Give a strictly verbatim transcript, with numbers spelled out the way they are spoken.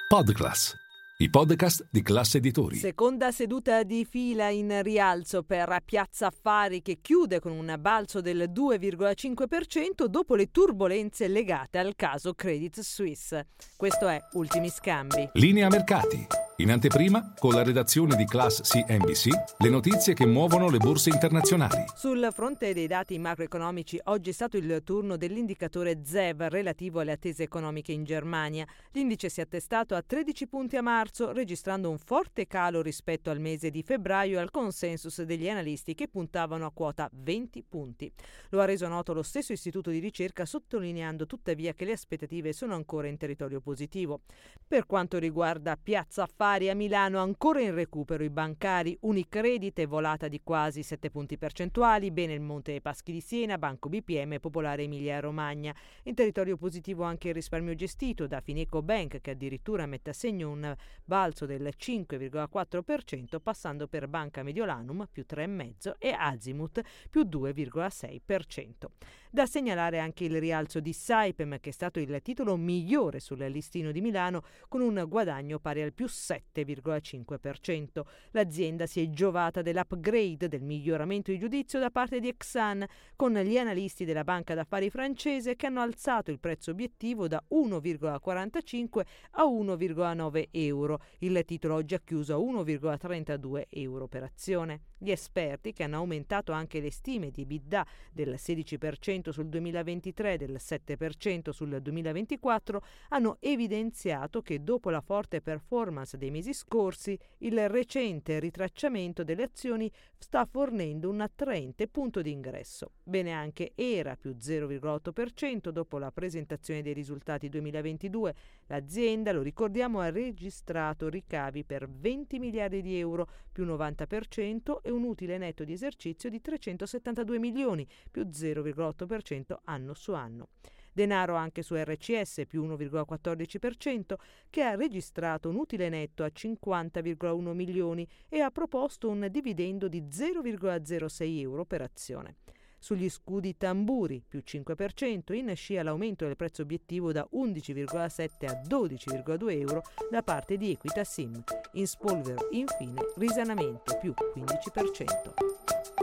Podclass, i podcast di Class Editori. Seconda seduta di fila in rialzo per Piazza Affari, che chiude con un balzo del due virgola cinque per cento dopo le turbolenze legate al caso Credit Suisse. Questo è Ultimi Scambi. Linea mercati. In anteprima, con la redazione di Class C N B C, le notizie che muovono le borse internazionali. Sul fronte dei dati macroeconomici, oggi è stato il turno dell'indicatore Z E V relativo alle attese economiche in Germania. L'indice si è attestato a tredici punti a marzo, registrando un forte calo rispetto al mese di febbraio e al consensus degli analisti che puntavano a quota venti punti. Lo ha reso noto lo stesso istituto di ricerca, sottolineando tuttavia che le aspettative sono ancora in territorio positivo. Per quanto riguarda Piazza Affari, a Milano ancora in recupero i bancari. Unicredit è volata di quasi sette punti percentuali, bene il Monte dei Paschi di Siena, Banco B P M e Popolare Emilia Romagna. In territorio positivo anche il risparmio gestito da Fineco Bank, che addirittura mette a segno un balzo del cinque virgola quattro per cento, passando per Banca Mediolanum più tre virgola cinque per cento e Azimut più due virgola sei per cento. Da segnalare anche il rialzo di Saipem, che è stato il titolo migliore sul listino di Milano, con un guadagno pari al più sette virgola cinque per cento. L'azienda si è giovata dell'upgrade, del miglioramento di giudizio da parte di Exane, con gli analisti della banca d'affari francese che hanno alzato il prezzo obiettivo da uno virgola quarantacinque a uno virgola nove euro. Il titolo oggi ha chiuso a uno virgola trentadue euro per azione. Gli esperti, che hanno aumentato anche le stime di EBITDA del sedici per cento sul duemilaventitré e del sette per cento sul duemilaventiquattro, hanno evidenziato che dopo la forte performance dei mesi scorsi, il recente ritracciamento delle azioni sta fornendo un attraente punto di ingresso. Bene anche E R A più zero virgola otto per cento dopo la presentazione dei risultati duemilaventidue. L'azienda, lo ricordiamo, ha registrato ricavi per venti miliardi di euro più novanta per cento e un utile netto di esercizio di trecentosettantadue milioni più zero virgola otto per cento anno su anno. Denaro anche su R C S più uno virgola quattordici per cento, che ha registrato un utile netto a cinquanta virgola uno milioni e ha proposto un dividendo di zero virgola zero sei euro per azione. Sugli scudi Tamburi più cinque per cento, in scia l'aumento del prezzo obiettivo da undici virgola sette a dodici virgola due euro da parte di Equita Sim. In Spolvero infine risanamento più quindici per cento.